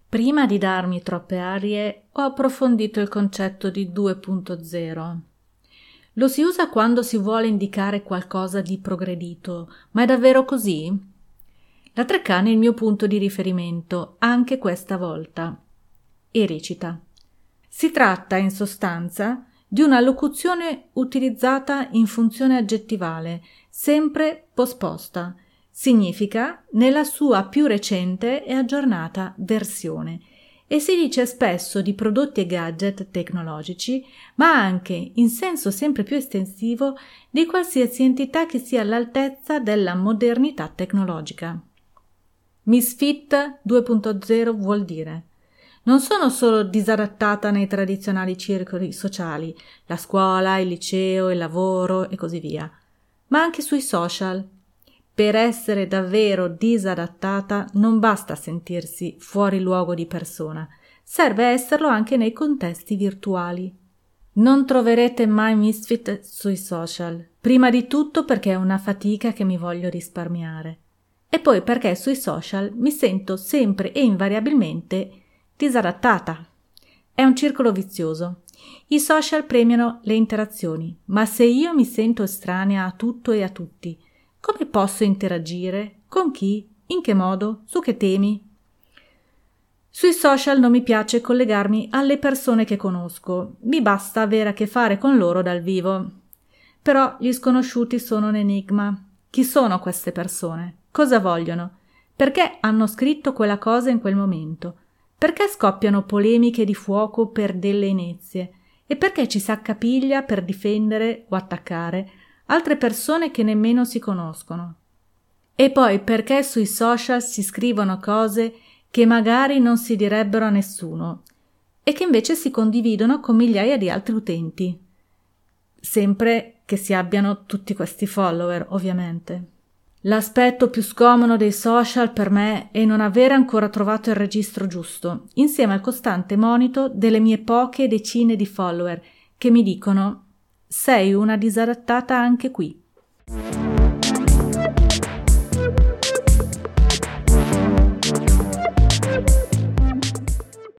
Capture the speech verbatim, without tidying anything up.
Prima di darmi troppe arie, ho approfondito il concetto di due punto zero. Lo si usa quando si vuole indicare qualcosa di progredito, ma è davvero così? La Treccani è il mio punto di riferimento, anche questa volta. E recita: si tratta, in sostanza, di una locuzione utilizzata in funzione aggettivale, sempre posposta. Significa nella sua più recente e aggiornata versione, e si dice spesso di prodotti e gadget tecnologici, ma anche, in senso sempre più estensivo, di qualsiasi entità che sia all'altezza della modernità tecnologica. Misfit due punto zero vuol dire: non sono solo disadattata nei tradizionali circoli sociali, la scuola, il liceo, il lavoro e così via, ma anche sui social. Per essere davvero disadattata non basta sentirsi fuori luogo di persona, serve esserlo anche nei contesti virtuali. Non troverete mai Misfit sui social, prima di tutto perché è una fatica che mi voglio risparmiare, e poi perché sui social mi sento sempre e invariabilmente disadattata. È un circolo vizioso. I social premiano le interazioni, ma se io mi sento estranea a tutto e a tutti, come posso interagire? Con chi? In che modo? Su che temi? Sui social non mi piace collegarmi alle persone che conosco, mi basta avere a che fare con loro dal vivo. Però gli sconosciuti sono un enigma. Chi sono queste persone? Cosa vogliono? Perché hanno scritto quella cosa in quel momento? Perché scoppiano polemiche di fuoco per delle inezie? E perché ci si accapiglia per difendere o attaccare altre persone che nemmeno si conoscono? E poi perché sui social si scrivono cose che magari non si direbbero a nessuno e che invece si condividono con migliaia di altri utenti? Sempre che si abbiano tutti questi follower, ovviamente. L'aspetto più scomodo dei social per me è non avere ancora trovato il registro giusto, insieme al costante monito delle mie poche decine di follower che mi dicono: sei una disadattata anche qui.